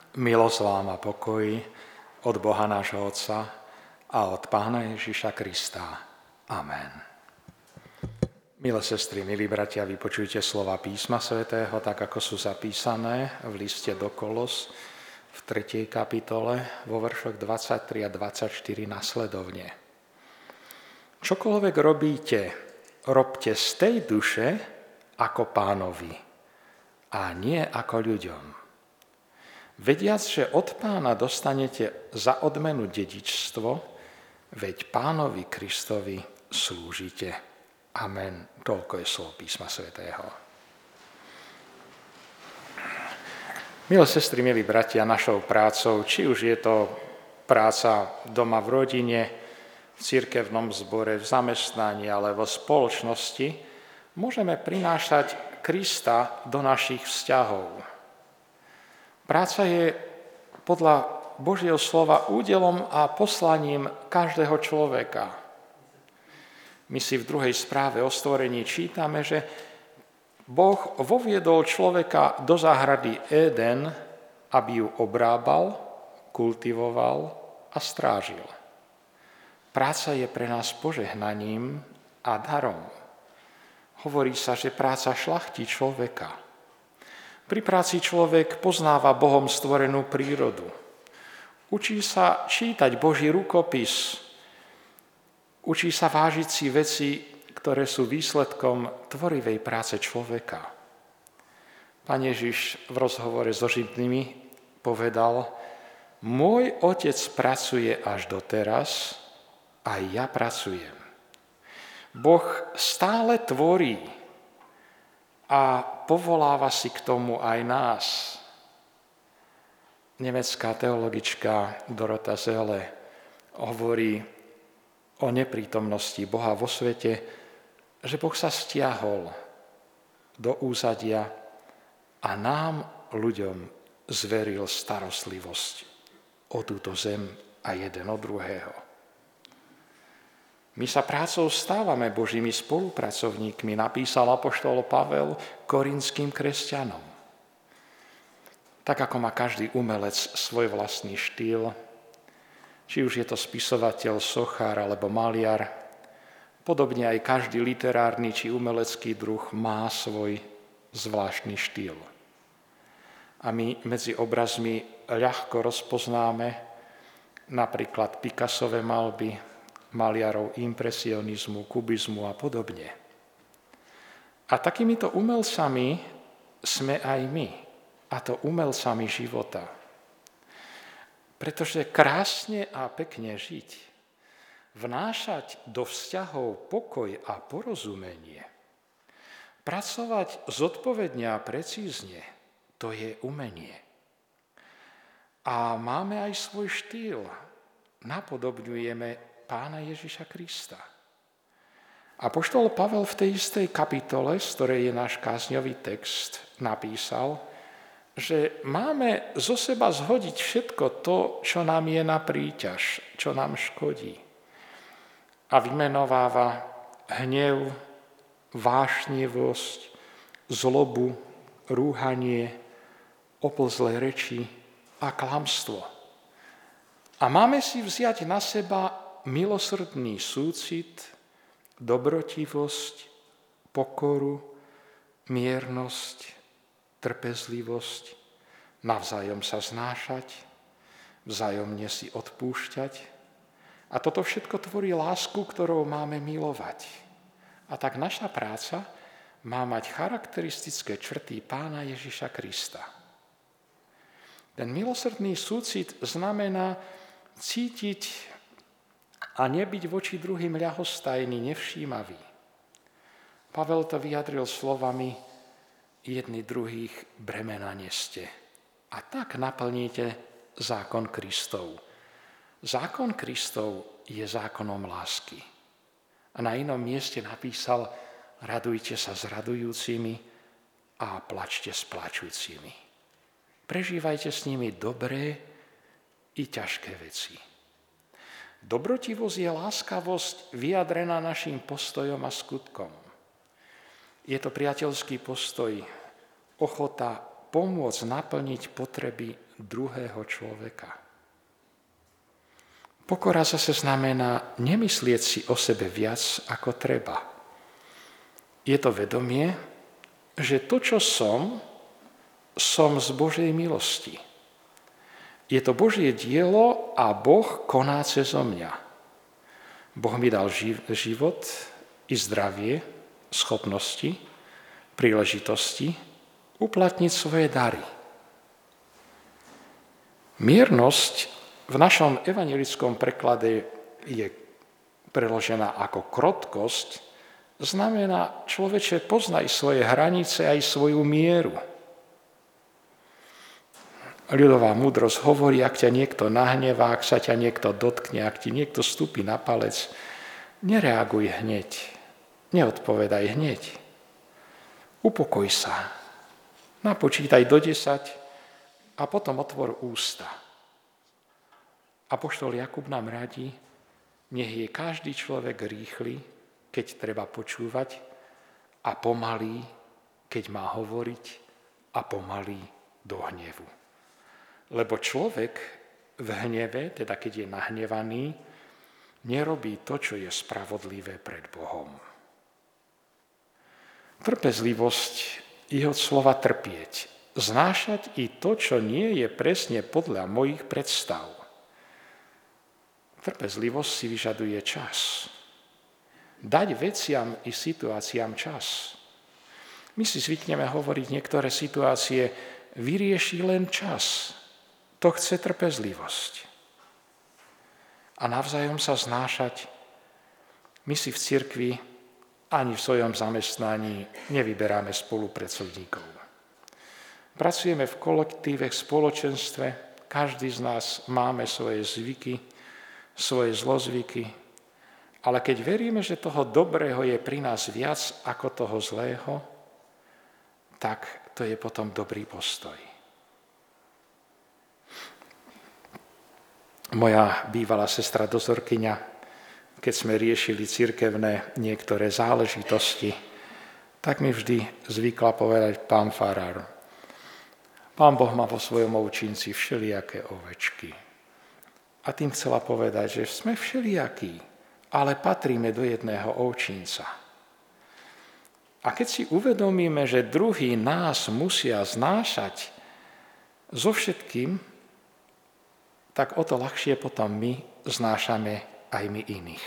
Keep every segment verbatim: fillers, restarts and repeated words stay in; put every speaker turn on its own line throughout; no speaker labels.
Milosť vám a pokoj od Boha nášho Otca a od Pána Ježiša Krista. Amen. Milé sestry, milí bratia, vypočujte slova písma svätého, tak ako sú zapísané v liste do Kolos v tretej kapitole vo veršoch dvadsaťtri a dvadsaťštyri nasledovne. Čokoľvek robíte, robte z tej duše ako Pánovi a nie ako ľuďom. Vediac, že od Pána dostanete za odmenu dedičstvo, veď Pánovi Kristovi slúžite. Amen. Toľko je slov písma svätého. Milé sestry, milí bratia, našou prácou, či už je to práca doma v rodine, v cirkevnom zbore, v zamestnaní alebo v spoločnosti, môžeme prinášať Krista do našich vzťahov. Práca je podľa Božieho slova údelom a poslaním každého človeka. My si v druhej správe o stvorení čítame, že Boh voviedol človeka do záhrady Éden, aby ju obrábal, kultivoval a strážil. Práca je pre nás požehnaním a darom. Hovorí sa, že práca šľachtí človeka. Pri práci človek poznáva Bohom stvorenú prírodu. Učí sa čítať Boží rukopis. Učí sa vážiť si veci, ktoré sú výsledkom tvorivej práce človeka. Pán Ježiš v rozhovore so Židnými povedal: Môj otec pracuje až doteraz, aj ja pracujem. Boh stále tvorí a povoláva si k tomu aj nás. Nemecká teologička Dorota Seele hovorí o neprítomnosti Boha vo svete, že Boh sa stiahol do úzadia a nám, ľuďom, zveril starostlivosť o túto zem a jeden od druhého. My sa prácou stávame Božími spolupracovníkmi, napísal apoštol Pavel korinským kresťanom. Tak ako má každý umelec svoj vlastný štýl, či už je to spisovateľ, sochár alebo maliar, podobne aj každý literárny či umelecký druh má svoj zvláštny štýl. A my medzi obrazmi ľahko rozpoznáme napríklad Picassove malby, maliarov impresionizmu, kubizmu a podobne. A takýmito umelcami sme aj my, a to umelcami života. Pretože krásne a pekne žiť, vnášať do vzťahov pokoj a porozumenie, pracovať zodpovedne a precízne, to je umenie. A máme aj svoj štýl, napodobňujeme Pána Ježiša Krista. Apoštol Pavel v tej istej kapitole, z ktorej je náš kázňový text, napísal, že máme zo seba zhodiť všetko to, čo nám je na príťaž, čo nám škodí. A vymenováva hnev, vášnivosť, zlobu, rúhanie, oplzlé reči a klamstvo. A máme si vziať na seba milosrdný súcit, dobrotivosť, pokoru, miernosť, trpezlivosť, navzájom sa znášať, vzájomne si odpúšťať. A toto všetko tvorí lásku, ktorou máme milovať. A tak naša práca má mať charakteristické črty Pána Ježiša Krista. Ten milosrdný súcit znamená cítiť a nebyť voči druhým ľahostajný, nevšímavý. Pavel to vyjadril slovami: jedni druhých bremena neste. A tak naplníte zákon Kristov. Zákon Kristov je zákonom lásky. A na inom mieste napísal: radujte sa s radujúcimi a plačte s plačúcimi. Prežívajte s nimi dobré i ťažké veci. Dobrotivosť je láskavosť vyjadrená našim postojom a skutkom. Je to priateľský postoj, ochota pomôcť naplniť potreby druhého človeka. Pokora zase znamená nemyslieť si o sebe viac ako treba. Je to vedomie, že to, čo som, som z Božej milosti. Je to Božie dielo a Boh koná cezo mňa. Boh mi dal život i zdravie, schopnosti, príležitosti uplatniť svoje dary. Miernosť v našom evanjelickom preklade je preložená ako krotkosť, znamená, človeče, poznaj svoje hranice aj svoju mieru. Ľudová múdrosť hovorí, ak ťa niekto nahnevá, ak sa ťa niekto dotkne, ak ti niekto stúpi na palec, nereaguj hneď, neodpovedaj hneď. Upokoj sa, napočítaj do desať a potom otvor ústa. Apoštol Jakub nám radí, nech je každý človek rýchly, keď treba počúvať, a pomalý, keď má hovoriť, a pomalý do hnevu. Lebo človek v hneve, teda keď je nahnevaný, nerobí to, čo je spravodlivé pred Bohom. Trpezlivosť je od slova trpieť, znášať i to, čo nie je presne podľa mojich predstav. Trpezlivosť si vyžaduje čas. Dať veciam i situáciám čas. My si zvykneme hovoriť, niektoré situácie vyrieši len čas. To chce trpezlivosť. A navzájom sa znášať. My si v cirkvi ani v svojom zamestnaní nevyberáme spolupracovníkov. Pracujeme v kolektíve, v spoločenstve. Každý z nás máme svoje zvyky, svoje zlozvyky, ale keď veríme, že toho dobrého je pri nás viac ako toho zlého, tak to je potom dobrý postoj. Moja bývalá sestra dozorkyňa, keď sme riešili cirkevné niektoré záležitosti, tak mi vždy zvykla povedať: pán farár, Pán Boh má vo svojom ovčinci všelijaké ovečky. A tým chcela povedať, že sme všelijakí, ale patríme do jedného ovčinca. A keď si uvedomíme, že druhí nás musia znášať so všetkým, tak o to ľahšie potom my znášame aj my iných.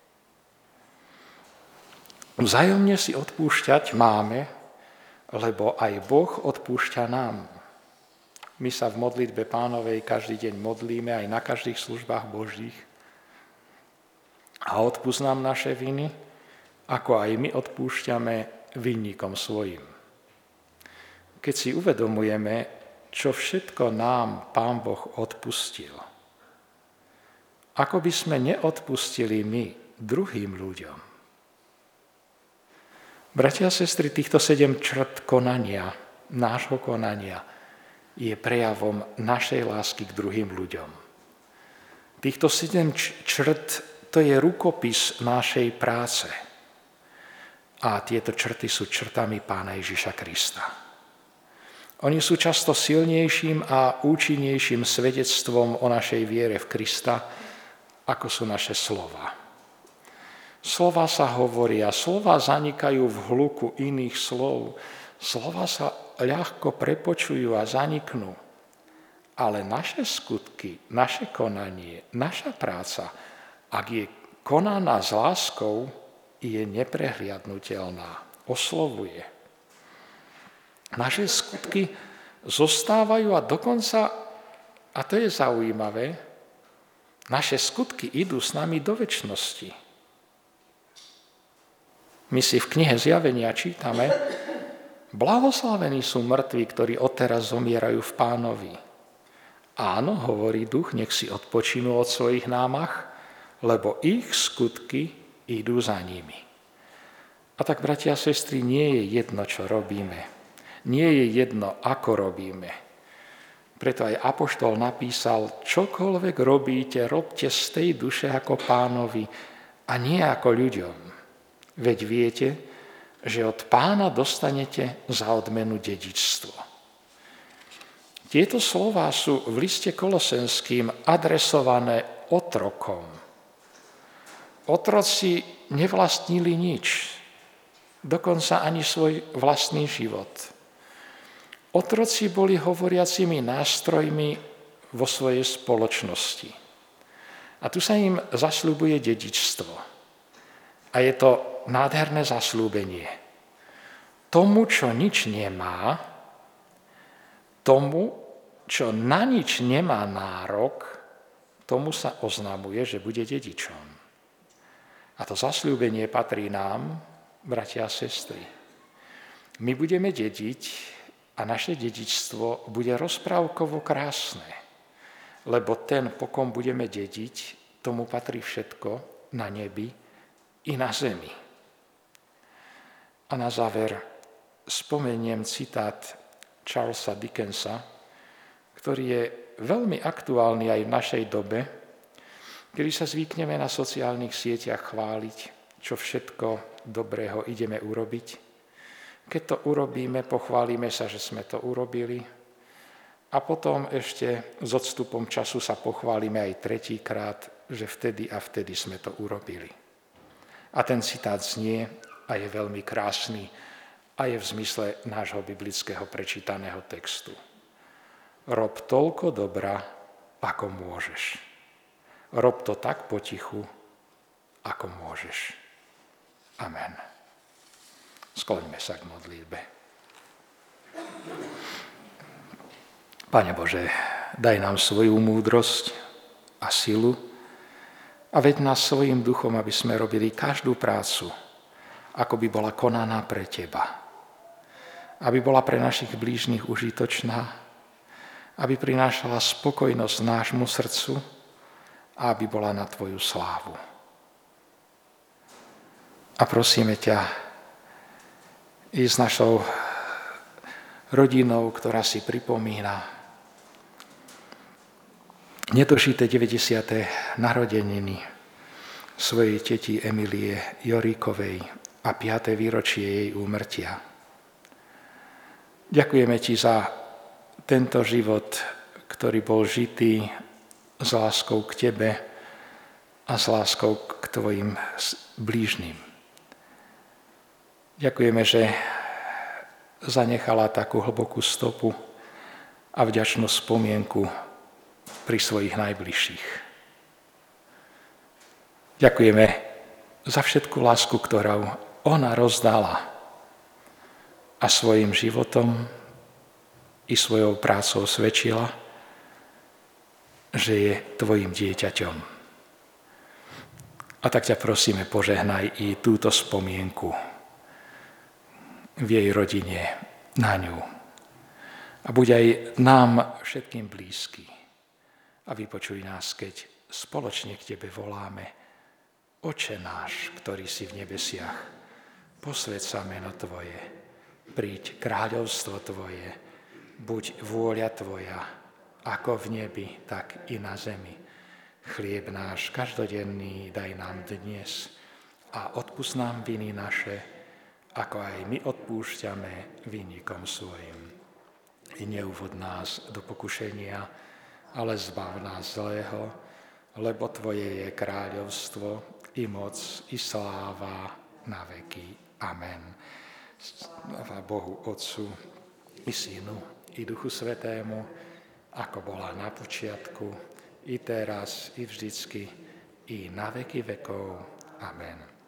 Vzájomne si odpúšťať máme, lebo aj Boh odpúšťa nám. My sa v modlitbe Pánovej každý deň modlíme aj na každých službách Božích. A odpusť nám naše viny, ako aj my odpúšťame vinníkom svojim. Keď si uvedomujeme, čo všetko nám Pán Boh odpustil, ako by sme neodpustili my druhým ľuďom. Bratia a sestry, týchto sedem črt konania, nášho konania, je prejavom našej lásky k druhým ľuďom. Týchto sedem črt, to je rukopis našej práce. A tieto črty sú črtami Pána Ježiša Krista. Oni sú často silnejším a účinnejším svedectvom o našej viere v Krista, ako sú naše slova. Slova sa hovoria, slova zanikajú v hluku iných slov, slova sa ľahko prepočujú a zaniknú. Ale naše skutky, naše konanie, naša práca, ak je konaná s láskou, je neprehliadnutelná, oslovuje. Naše skutky zostávajú a dokonca, a to je zaujímavé, naše skutky idú s nami do večnosti. My si v knihe Zjavenia čítame: blahoslavení sú mŕtvi, ktorí odteraz zomierajú v Pánovi. Áno, hovorí duch, nech si odpočinú od svojich námach, lebo ich skutky idú za nimi. A tak, bratia a sestry, nie je jedno, čo robíme. Nie je jedno, ako robíme. Preto aj apoštol napísal: čokoľvek robíte, robte z tej duše ako Pánovi a nie ako ľuďom. Veď viete, že od Pána dostanete za odmenu dedičstvo. Tieto slová sú v liste Kolosenským adresované otrokom. Otroci nevlastnili nič, dokonca ani svoj vlastný život. Otroci boli hovoriacimi nástrojmi vo svojej spoločnosti. A tu sa im zasľubuje dedičstvo. A je to nádherné zasľúbenie. Tomu, čo nič nemá, tomu, čo na nič nemá nárok, tomu sa oznamuje, že bude dedičom. A to zasľúbenie patrí nám, bratia a sestry. My budeme dediť a naše dedičstvo bude rozprávkovo krásne, lebo ten, po kom budeme dediť, tomu patrí všetko na nebi i na zemi. A na záver spomeniem citát Charlesa Dickensa, ktorý je veľmi aktuálny aj v našej dobe, kedy sa zvykneme na sociálnych sieťach chváliť, čo všetko dobrého ideme urobiť. Keď to urobíme, pochválime sa, že sme to urobili a potom ešte s odstupom času sa pochválime aj tretíkrát, že vtedy a vtedy sme to urobili. A ten citát znie a je veľmi krásny a je v zmysle nášho biblického prečítaného textu. Rob toľko dobra, ako môžeš. Rob to tak potichu, ako môžeš. Amen. Skloňme sa k modlitbe. Pane Bože, daj nám svoju múdrosť a silu a veď nás svojím duchom, aby sme robili každú prácu, ako by bola konaná pre Teba. Aby bola pre našich blížnych užitočná, aby prinášala spokojnosť nášmu srdcu a aby bola na Tvoju slávu. A prosíme ťa i s našou rodinou, ktorá si pripomína nedožité deväťdesiate narodeniny svojej teti Emilie Joríkovej a piate výročie jej úmrtia. Ďakujeme Ti za tento život, ktorý bol žitý s láskou k Tebe a s láskou k Tvojim blížnym. Ďakujeme, že zanechala takú hlbokú stopu a vďačnú spomienku pri svojich najbližších. Ďakujeme za všetku lásku, ktorú ona rozdala a svojim životom i svojou prácou svedčila, že je tvojim dieťaťom. A tak ťa prosíme, požehnaj i túto spomienku v jej rodine na ňu. A buď aj nám všetkým blízky. A vypočuj nás, keď spoločne k Tebe voláme: Oče náš, ktorý si v nebesiach, posväť sa meno Tvoje, príď kráľovstvo Tvoje, buď vôľa Tvoja, ako v nebi, tak i na zemi. Chlieb náš každodenný daj nám dnes a odpusť nám viny naše, ako aj my odpúšťame vinníkom svojim. I neuvod nás do pokušenia, ale zbav nás zlého, lebo Tvoje je kráľovstvo, i moc, i sláva na veky. Amen. Sláva Bohu Otcu, i Synu, i Duchu Svätému, ako bola na počiatku, i teraz, i vždycky, i na veky vekov. Amen.